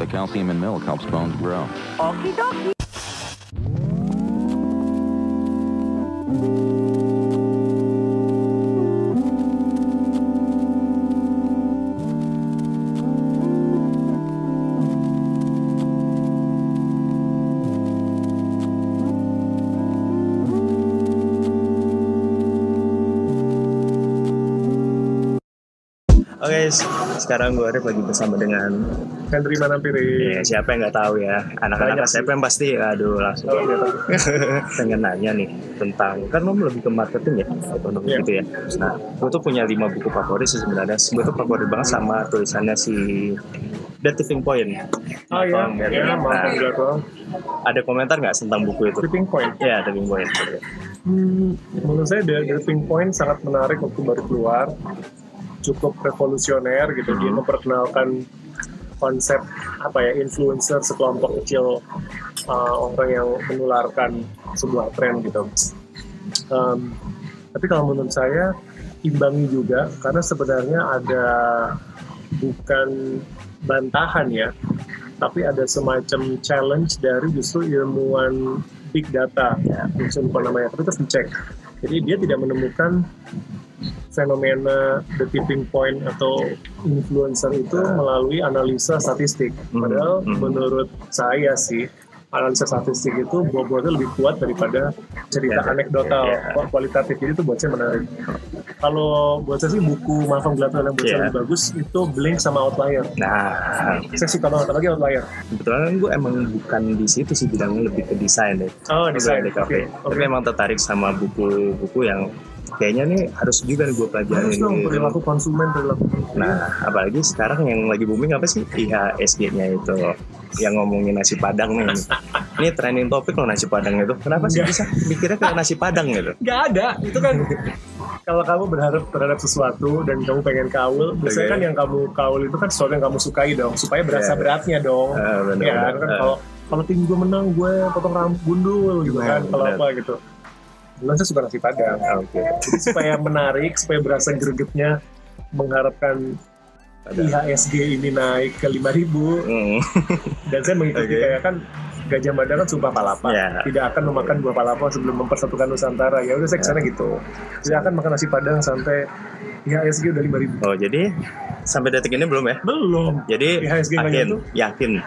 calcium in milk helps bones grow. Okie dokie. Oke, sekarang gue lagi bersama dengan Henry Manampiri. siapa yang nggak tahu ya, anak-anak SPM pasti, aduh langsung pengen nanya nih tentang, kan lo lebih ke marketing ya, ekonomi gitu ya. Nah, gue tuh punya 5 buku favorit sih sebenarnya. Gue tuh favorit banget sama tulisannya si The Tipping Point. Oh iya, Malcolm Gladwell. Ada komentar nggak tentang buku itu? Tipping Point. Ya, Tipping Point. Menurut saya The Tipping Point sangat menarik waktu baru keluar. Cukup revolusioner gitu. Dia memperkenalkan konsep influencer, sekelompok kecil orang yang menularkan sebuah tren gitu. Tapi kalau menurut saya imbangi juga, karena sebenarnya ada bukan bantahan ya, tapi ada semacam challenge dari justru ilmuwan big data, saya lupa namanya, tapi terus dicek. Jadi dia tidak menemukan fenomena the tipping point atau influencer itu melalui analisa statistik. Padahal menurut saya sih, analisa statistik itu bobotnya lebih kuat daripada cerita anekdotal, kualitatif. Jadi itu buat saya menarik. Kalau buat saya sih buku Malcolm Gladwell yang buat saya lebih bagus itu Blink sama Outlier. Nah, saya suka banget lagi Outlier. kebetulan gue emang bukan di situ sih, bidangnya lebih ke desain deh. Oh, desain. Okay. Tapi emang tertarik sama buku-buku yang kayaknya nih harus juga nih gue pelajarin. Harus dong, perilaku konsumen. Nah, apalagi sekarang yang lagi booming apa sih? IHSG-nya itu yang ngomongin nasi padang nih. Ini trending topik loh nasi padang itu. Kenapa sih bisa mikirnya kayak nasi padang gitu? Gak ada, itu kan kalau kamu berharap terhadap sesuatu dan kamu pengen kaul, biasanya kan yang kamu kaul itu kan sesuatu yang kamu sukai dong, supaya berasa beratnya dong. Ya kan kalau tim gue menang, gue potong rambut gundul gitu kan, kalau apa gitu. Bukan saya suka nasi padang. Jadi supaya menarik, supaya berasa gregetnya, mengharapkan IHSG ini naik ke 5.000. Dan saya mengikuti kayak kan Gajah Mada kan sumpah palapa, tidak akan memakan buah palapa sebelum mempersatukan Nusantara. Ya udah saya kesana gitu. Tidak akan makan nasi padang sampai IHSG udah 5.000. Oh, jadi sampai detik ini belum ya? Belum. Jadi IHSG yakin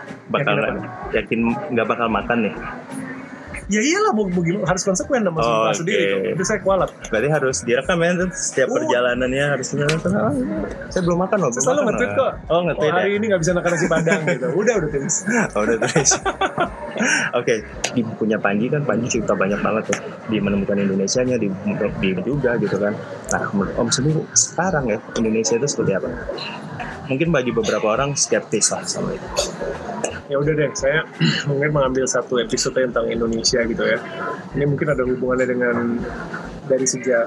nggak bakal makan nih. Ya iyalah, mau gimana, harus konsekuen sama sumpah sendiri. Itu saya kualat. Berarti harus direkam ya setiap perjalanannya harus saya belum makan loh. Saya selalu nge-tweet kok. Nge-tweet hari ini nggak bisa makan nasi padang gitu. Udah tulis. Udah tulis. Oke, di bukunya Panji cerita banyak banget tuh di menemukan Indonesianya di juga gitu kan. Nah, menurut Om sendiri sekarang ya Indonesia itu seperti apa? Mungkin bagi beberapa orang skeptis lah sama itu. Ya udah deh, saya mungkin mengambil satu episode tentang Indonesia gitu ya. Ini mungkin ada hubungannya dengan dari sejak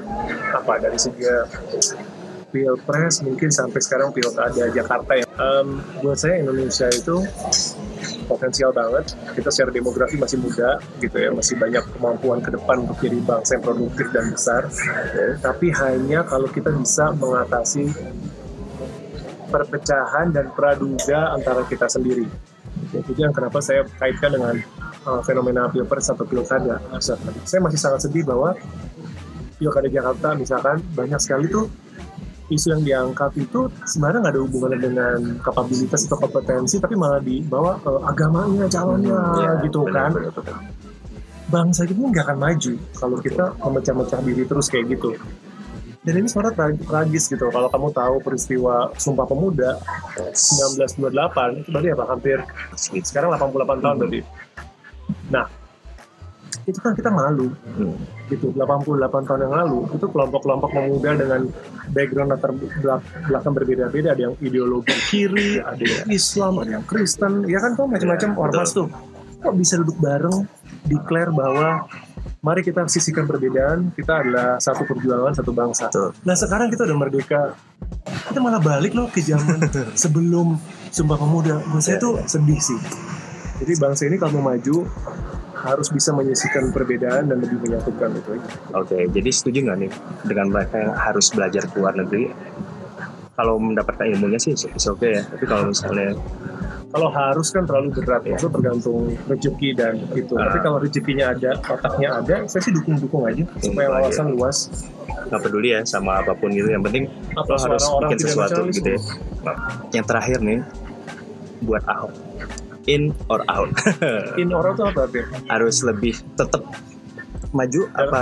Pilpres mungkin sampai sekarang Pilkada Jakarta ya. Buat saya Indonesia itu potensial banget. Kita secara demografi masih muda gitu ya, masih banyak kemampuan ke depan untuk jadi bangsa yang produktif dan besar. Tapi hanya kalau kita bisa mengatasi perpecahan dan praduga antara kita sendiri. Itu yang kenapa saya kaitkan dengan fenomena Pilpres atau Pilkada. Saya masih sangat sedih bahwa Pilkada Jakarta misalkan banyak sekali tuh isu yang diangkat itu sebenarnya nggak ada hubungannya dengan kapabilitas atau kompetensi, tapi malah dibawa agamanya, calonnya gitu kan. Bangsa ini nggak akan maju kalau kita memecah-mecah diri terus kayak gitu. Dan ini sebenarnya tragis gitu. Kalau kamu tahu peristiwa Sumpah Pemuda 1928, itu berarti apa? Hampir sekarang 88 tahun berarti. Nah, itu kan kita malu. Gitu, 88 tahun yang lalu, itu kelompok-kelompok pemuda dengan background latar belakang berbeda-beda. Ada yang ideologi kiri, ada yang Islam, ada yang Kristen. Ya kan tuh macam-macam ormas tuh. Kok bisa duduk bareng, declare bahwa mari kita sisihkan perbedaan, kita adalah satu perjuangan, satu bangsa. Nah sekarang kita udah merdeka, kita malah balik loh ke zaman sebelum Sumpah Pemuda. Menurut saya tuh sedih sih. Jadi bangsa ini kalau mau maju, harus bisa menyisihkan perbedaan dan lebih menyatukan itu. Oke, jadi setuju nggak nih dengan mereka yang harus belajar ke luar negeri? Kalau mendapatkan ilmunya sih oke ya, tapi kalau misalnya Kalau harus kan terlalu berat, itu tergantung rezeki dan itu. Tapi kalau rezekinya ada, otaknya ada, saya sih dukung aja supaya wawasan luas. Nggak peduli ya sama apapun gitu, yang penting Apa lo harus suara orang bikin tidak sesuatu nasionalis? gitu ya. Yang terakhir nih buat Ahok, in or out. In orang tuh apa berarti? Harus lebih tetap maju apa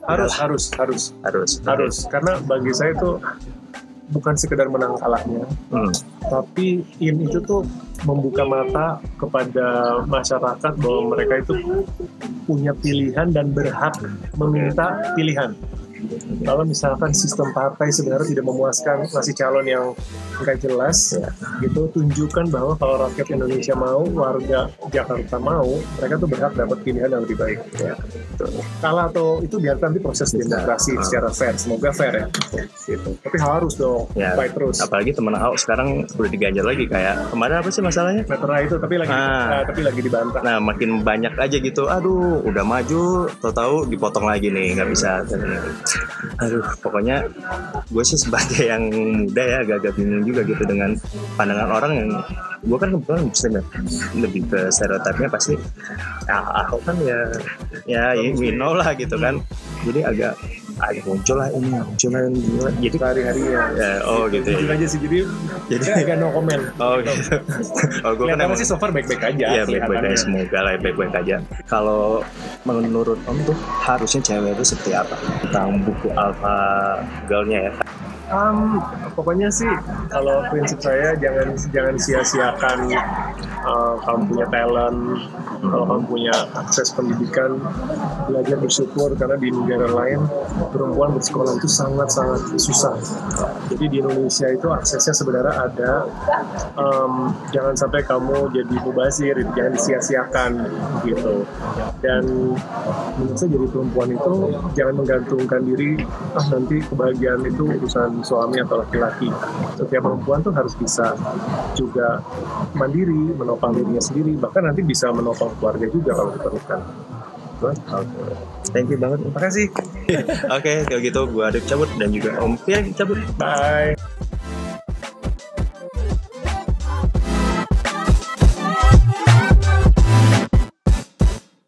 Harus. Karena bagi saya tuh bukan sekedar menang kalahnya, tapi in itu tuh membuka mata kepada masyarakat bahwa mereka itu punya pilihan dan berhak meminta pilihan. Kalau misalkan sistem partai sebenarnya tidak memuaskan, ngasih calon yang nggak jelas, gitu, tunjukkan bahwa kalau rakyat Indonesia mau, warga Jakarta mau, mereka tuh berhak dapat pilihan yang lebih baik. Ya. Kalah atau itu biarkan nanti proses demokrasi secara fair, semoga fair ya. Gitu. Tapi harus dong, fight terus. Apalagi teman Ahok sekarang udah diganjar lagi, kayak kemarin apa sih masalahnya? Meterai itu, tapi lagi dibantah. Nah, makin banyak aja gitu. Aduh, udah maju, tahu-tahu dipotong lagi nih, nggak bisa. Aduh, pokoknya gue sih sebagai yang muda ya agak-agak bingung juga gitu dengan pandangan orang yang gue kan kebetulan muslim ya, lebih ke stereotipnya pasti Ahok kan ya we know lah gitu kan, jadi agak muncul lah ini jadi Hari-hari ya. Gitu Jujur ya. aja sih, jadi agak no comment. Gitu. Gue kan emang sih so far baik-baik aja. ya baik-baik aja, semoga lah baik-baik aja. Kalau menurut Om tuh harusnya cewek itu seperti apa tentang buku Alpha Girl-nya ya? Pokoknya sih kalau prinsip saya jangan sia-siakan kamu punya talent, kalau kamu punya akses pendidikan, belajar bersyukur karena di negara lain perempuan bersekolah itu sangat-sangat susah. Jadi di Indonesia itu aksesnya sebenarnya ada. Jangan sampai kamu jadi mubazir, jangan disia-siakan gitu. Dan menurut saya jadi perempuan itu jangan menggantungkan diri nanti kebahagiaan itu urusan suami atau laki-laki. Setiap perempuan tuh harus bisa juga mandiri, menopang dirinya sendiri, bahkan nanti bisa menopang keluarga juga kalau diperlukan. Thank you banget. Terima kasih. Oke, kalau gitu gue Adip cabut dan juga Om Pia cabut. Bye.